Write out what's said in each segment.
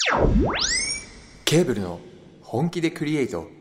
ケーブルの本気でクリエイト。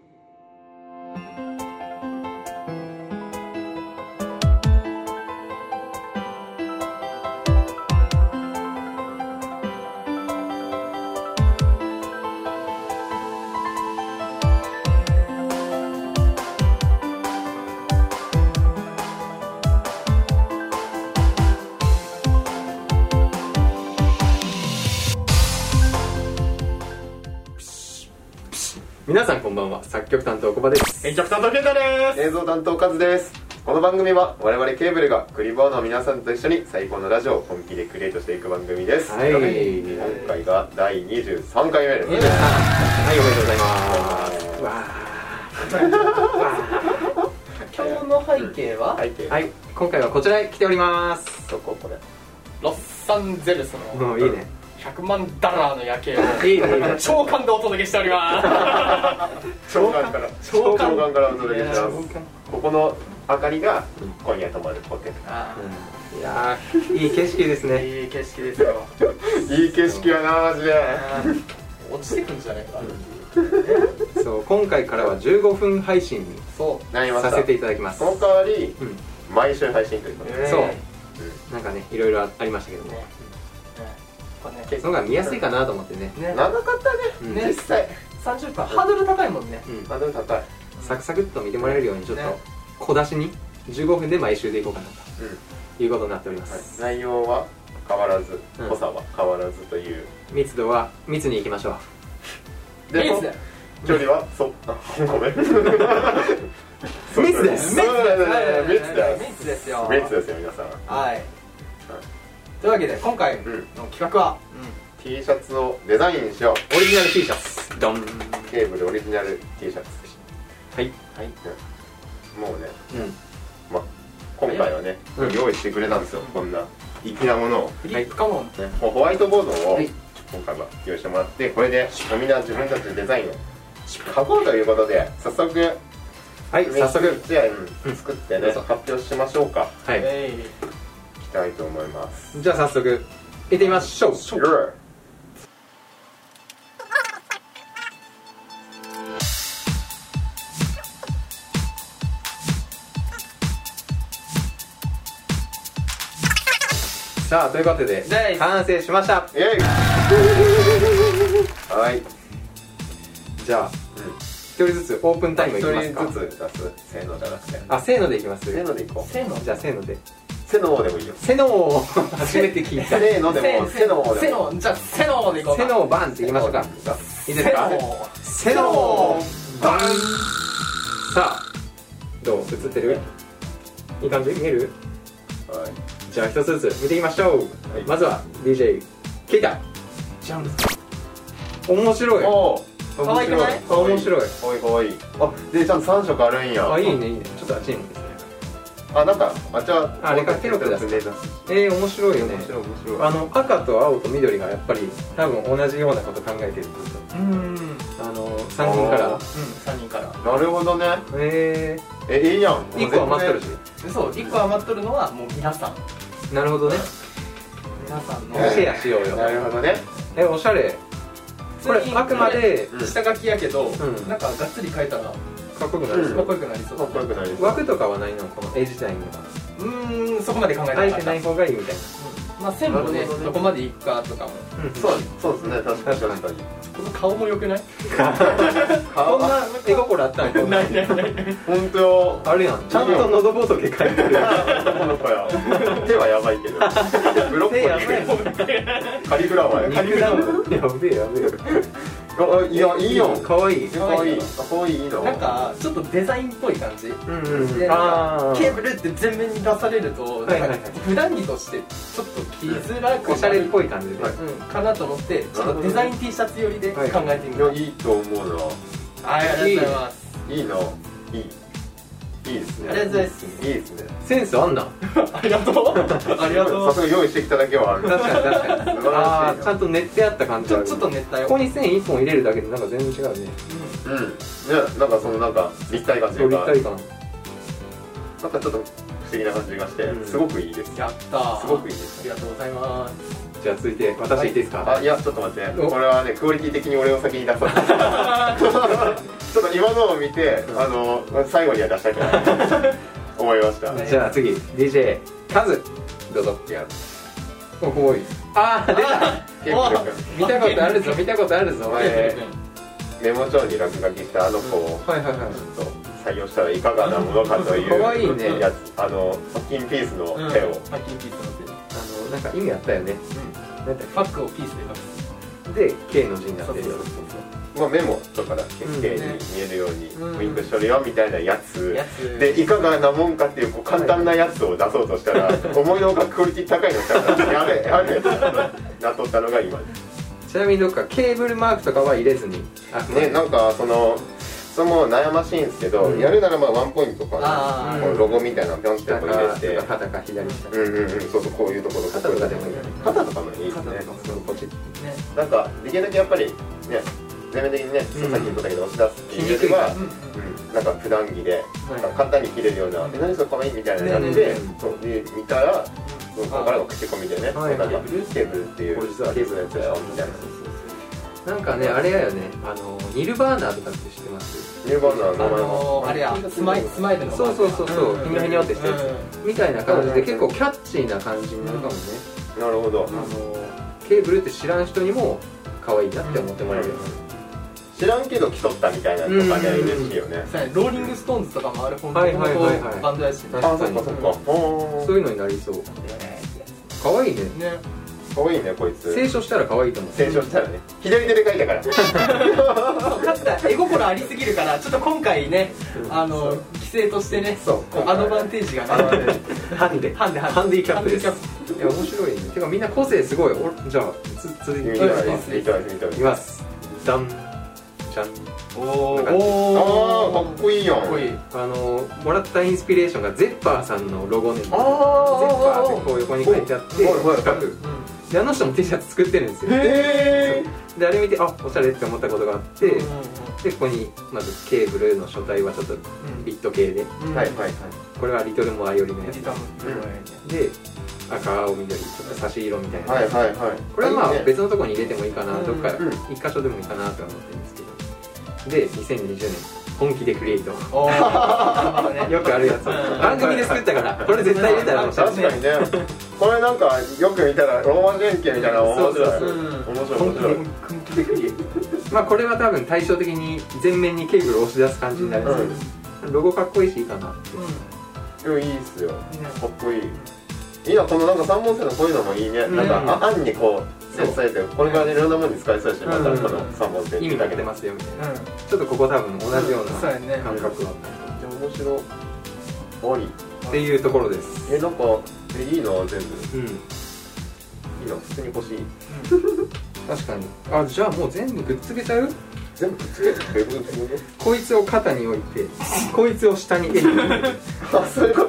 皆さんこんばんは。作曲担当コバです。 編曲担当健太です。 映像担当カズです。この番組は我々ケーブルがクリボーの皆さんと一緒に最高のラジオを本気でクリエイトしていく番組です。 はい、 今回が第23回目ですね。 はい、おめでとうございます。わ今日の背景は、 背景、 はい、今回はこちらへ来ております。 どここれ。 ロサンゼルスのもういいね。 100万ダラーの夜景をいいね、いいね。 長官でお届けしております。 長官からお届けします。 長官ここの明かりが今夜泊まるホテル。 いやー、いい景色ですね。 いい景色ですよ。 いい景色やなマジで。 落ちてくんじゃないかな。 そう、今回からは15分配信にそうなりました。 させていただきます。 その代わりうん、 毎週配信ということで。 そう、なんかね、いろいろありましたけども、その方が見やすいかなと思ってね。 長かったうんね、実際。 30分ハードル高いもんね。 うん、 ハードル高い。 サクサクっと見てもらえるようにちょっとね小出しに15分で毎週でいこうかなということになっております。 内容は変わらず、 うん濃さは変わらずという。 密度は密にいきましょう。 いいっすね。 距離はごめん。 密です密です。 密ですよ。 密ですよ皆さん。 はい。というわけで今回の企画は T シャツをデザインしよオリジナル T シャツドン。 う。ケーブルオリジナル T シャツ。 はい。 はい。もうね、 うん。 まあ今回はねうん用意してくれたんですよ。こんな粋なものを。 フリップカモン。 ホワイトボードをはい今回は用意してもらって、これでみんな自分たちでデザインを書こうということで、早速はい、早速。 一案作ってね、発表しましょうか。 はい。 いきたいと思います。 じゃあ早速行ってみましょう。さあ、ということでで完成しました。 イエイ。はい。 じゃあ一人ずつオープンタイムいきますか。 一人ずつ出す。せーのじゃなくて。 あ、せーのでいきます。 せーのでいこう。 せーの。 じゃあせーので。 せーのでもいいよ。 せのを初めて聞いた。 せーのでも、せーのでも。 せの。じゃあせのでいこうか。 せのをバンっていきましょうか。いいですか。せのバン。さあ、どう映ってる？いい感じ見える？ はい。 じゃあ一つずつ見ていきましょう。 はいまずは DJ ケイタ。 じゃん。 面白い。 おー。 可愛くない？ 面白い。 かわいいかわいい。あ、でちゃんと3色あるんや。 あ、いいねいいね。ちょっとあっちにもですね。 あ、なんかあっちはあれかテロップ出す。面白いよね。 面白い面白い。 赤と青と緑がやっぱり多分同じようなこと考えてるんですよ。3人から。 3人から。 なるほどね。いいやん。 1個余っとるし。 そう、1個余っとるのはもう皆さん。 なるほどね。 皆さんのシェアしようよ。 なるほどね。 おしゃれ。これあくまで下書きやけど、 んなんかがっつり書いたらかかっこよくなるっこよくなりそう。 かっこよくなりそう。 枠とかはないのこの絵自体には。 そこまで考えてなかった。 あえてない方がいいみたいまあ線もね、どこまでいくかとかも。 な。 そうですね。確かに確かに。 この顔も良くない？ こんな絵心あったん？ ないない。 本当よ。 あるやん。ちゃんと喉仏描いてる。 この子や。手はやばいけど。ブロッコリー。カリフラワーや。 肉団子。やべえやべえ。 いや、いいよ。 かわいい。 かわいい。かわいいの。 なんかちょっとデザインっぽい感じ。であケーブルって全面に出されると、なんか普段着としてちょっと着づらくおしゃれっぽい感じで。 かなと思ってちょっとデザイン T シャツ寄りで考えてみる。 いいと思うな。 ありがとうございます。 いいの。いいですね。 ありがとうございます。 いいですね。 センスあんな。 ありがとう。ありがとう。 さすが用意してきただけはある。 確かに確かに。ああ、ちゃんと練ってあった感じ。 ちょっと練ったよ。 ここに線1本入れるだけでなんか全然違うね。 うん。ね、なんかそのなんか立体感というか。 立体感。 なんかちょっと不思議な感じがして、すごくいいです。 やったー。 すごくいいです。 ありがとうございます。 じゃあ続いて私いいですか。 あ、いやちょっと待って、これはねクオリティ的に俺を先に出そうちょっと今のを見て最後には出したいと思いました。 じゃあ次 DJ カズどうぞ。 いやおおい、あー出たケーブル君、 見たことあるぞ見たことあるぞ。 メモ帳に落書きした子をはいはいはい、 ちょっと採用したらいかがなものかというかわいいねやつ、パッキンピースの手を、 パッキンピースの手なんか意味あったよね。なんだっファックをピースで書く。 けで K の字になってるよ。 まあ、メモとかだけ綺麗に見えるようにウインクしとるよみたいなやつで、いかがなもんかっていう簡単なやつを出そうとしたら、思いのほかクオリティ高いのしたらやべえやべえなっとったのが今です。 ちなみにどっかケーブルマークとかは入れずにね、なんかその悩ましいんですけど、やるならまあワンポイントとかね、ロゴみたいなのピョンってこう入れて、 肩か左下、 そうそうこういうところ、 肩とかでもいいよね。 肩とかもいいですね。 ポチッなんかできるだけやっぱりね、全面的にね、さっき言ったけど押し出すっていうよりは、なんか普段着で簡単に着れるような、何それかわいいみたいなのになって、見たらそこからの書き込みでね、なんかケーブルっていうケーブルのやつだよみたいな。 なんかね、あれやよね、ニルバーナーとかって知ってます？ ニルバーナーの名前あれや、スマイルのそうひにょひにょってしてるみたいな感じで結構キャッチーな感じになるかもね。 なるほど。 ケーブルって知らん人にも可愛いなって思ってもらえるよ。 知らんけど競ったみたいなのとかね、嬉しいよね。 ローリングストーンズとかもある本当にバンドやしね。 あ、そっかそっか。 そういうのになりそう。可愛いね。 可愛いねこいつ。 清書したら可愛いと思う。 清書したらね。左手で書いたから。 かつて絵心ありすぎるからちょっと今回ね規制としてねアドバンテージがね。 ハンディキャップです。いや面白いね。てかみんな個性すごい。じゃあ続いていきます。ダンじゃん。 おー、かっこいいやん。 もらったインスピレーションがゼッパーさんのロゴね。ゼッパーってこう横に書いてあって四角で、あの人も T シャツ作ってるんですよ。であれ見ておしゃれって思ったことがあって、でここにまずケーブルの書体はちょっとビット系で、これはリトルモア寄りのやつで、赤青緑ちょっと差し色みたいな。これはまあ別のところに入れてもいいかな、どっか一箇所でもいいかなとは思ってるんですけど。で2020年本気でクリエイト。よくあるやつ。番組で作ったからこれ絶対入れたら面白い。 確かにね。これなんかよく見たらローマ原型みたいな面白い。 本気でクリエイト。まあこれは多分対照的に全面にケーブルを押し出す感じになるんですけど、ロゴかっこいいしいいかなって。 いいっすよ。かっこいい。いいな、このなんか3本線のこういうのもいいね。なんか案にこうセットされて、これからいろんなものに使えそうし、またこの3本線意味が出ますよみたいな。ちょっとここ多分同じような感覚は面白いっていうところです。 なんかいいな全部。いいな、普通に欲しい。 確かに。じゃあもう全部くっつけちゃう？ 全部くっつける？ こいつを肩に置いて、こいつを下に絵に置いて。 あ、そういうこと。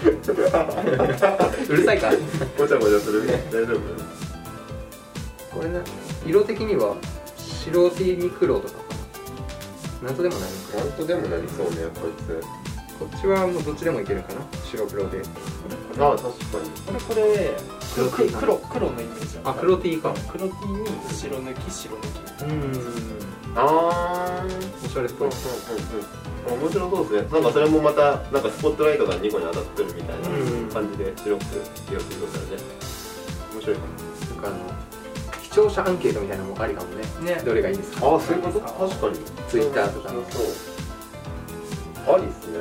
うるさいか？ ごちゃごちゃする？大丈夫？ これね、色的には白 T に黒とかかな。なんとでもなるのかな。 なんとでもなりそうね、こいつ。 こっちはもうどっちでもいけるかな。白黒で。 ああ、確かに。 これ黒のイメージ。 黒 T か。 黒 T に白抜き。 あおしゃれっぽい。 面白そうですね。なんかそれもまたなんかスポットライトが2個に当たってるみたいな感じで白く色く色からね。面白いかも。 なんか視聴者アンケートみたいなのもありかもね。どれがいいですか？ ああ、そういうこと？確かに。 ツイッターとか。 ありっすね。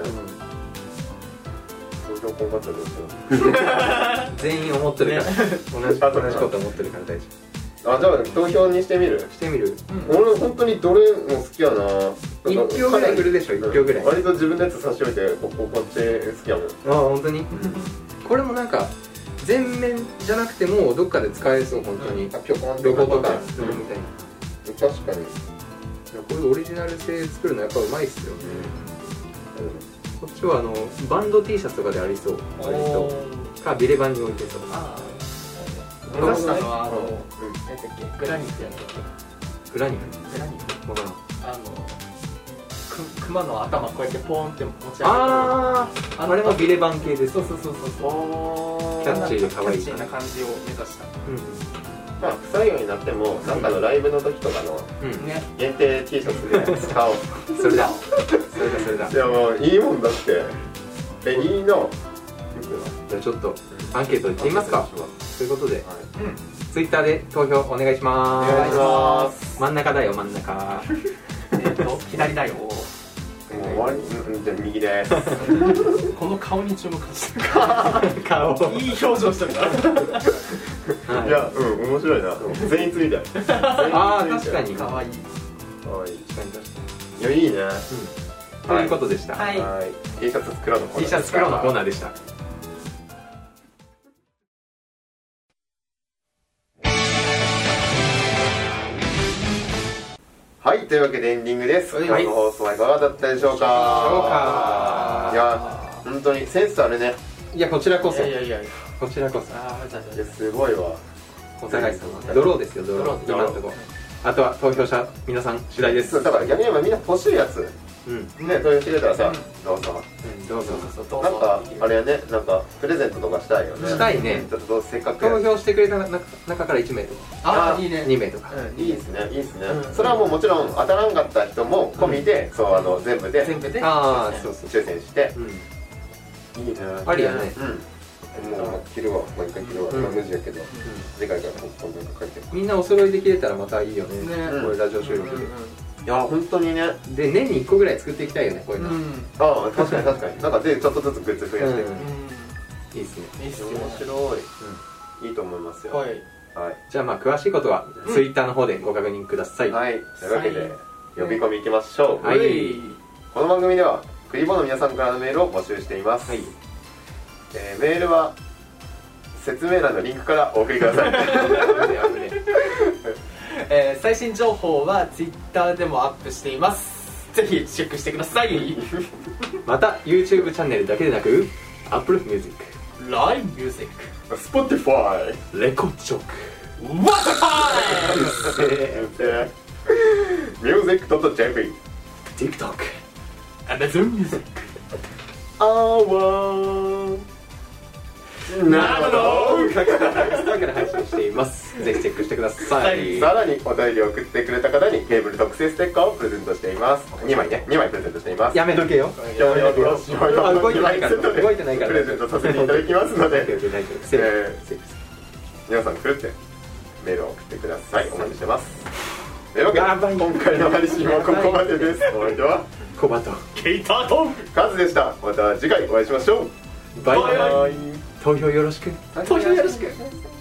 投票婚活はどうしよう。 全員思ってるから。同じこと思ってるから大丈夫。 じゃあ投票にしてみる？ してみる。 俺本当にどれも好きやな。 1票ぐらい来るでしょ。1票ぐらい。 割と自分のやつ差し置いてこっち好きやもん。 本当に。これもなんか全面じゃなくてもどっかで使えそう。本当にロゴとかみたいな。 確かに。 こういうオリジナル性作るのやっぱうまいっすよね。こっちはバンド T シャツとかでありそう。割とかビレバンに置いてそう。 目指したのはグラニックやったっけ？ グラニック？わからん。 熊の頭こうやってポーンって持ち上げて。 あれもビレバン系です。 そう。キャッチーで可愛い。 キャッチーな感じを目指した。 まあ不採用になってもなんかのライブの時とかの限定 T シャツで使おう。 それだいやもういいもんだって。いいの。 じゃあちょっとアンケートいってみますか。ということで、Twitter で投票お願いします。 お願いします。 真ん中だよ、真ん中。 左だよ。 終わり。じゃあ右です。 この顔に注目してる。 顔いい表情してるから。 いや、面白いな。全員ついたよ。 ああ、確かに。 可愛い。 可愛い。 確かに確かいや、いいね。 ということでした。 はい。 T シャツ作ろうのコーナー。 T シャツ作ろうのコーナーでした。 はい、というわけでエンディングです。今日の放送はいかがだったでしょうか。いや、本当にセンスあるね。 いや、こちらこそ。 いやこちらこそ。 いや、すごいわ。 お互いさん。ドローですよ、ドロー。今のところ。あとは投票者皆さん次第です。 だから逆に言えばみんな欲しいやつ。ね、投票してくれたらさ、どうぞ。 どうぞ。 なんかあれやね、なんかプレゼントとかしたいよね。 したいね。 ちょっとせっかく投票してくれた中から1名とか。 ああ、いいね。 2名とか。 いいですね、いいですね。それはもうもちろん当たらんかった人も込みで、そう全部でああ、そう抽選して、いいね。 ありやね。 もう着るわ、もう一回着るわ。無地やけど、次回から今度書いて。 みんなお揃いできれたらまたいいよね。これラジオ収録で。 いや、本当にね。 で、年に1個ぐらい作っていきたいよね、こういうの。 ああ、確かに確かに。なんかでちょっとずつグッズ増やしていく。 いいっすね。 面白い。いいと思いますよ。はい。 じゃあまあ詳しいことは Twitter の方でご確認ください。 はい。というわけで呼び込みいきましょう。 はい。 この番組ではクリボーの皆さんからのメールを募集しています。メールは説明欄のリンクからお送りください。 最新情報は Twitter でもアップしています。ぜひチェックしてください。 また YouTube チャンネルだけでなく Apple Music、LINE Music、Spotify、 レコチョーク、 Music.jp、 TikTok、Amazon Music、 なるほど。 各種から配信しています。ぜひチェックしてください。 さらにお便りを送ってくれた方にケーブル特製ステッカーをプレゼントしています。2枚ね、2枚プレゼントしています。 やめとけよ。 動いてないから。動いてないから。 プレゼントさせていただきますので、皆さんくるってメールを送ってください。お待ちしてます。というわけで今回の配信はここまでです。お相手はコバとケイタとカズでした。また次回お会いしましょう。 バイバイ。投票よろしく。 投票よろしく。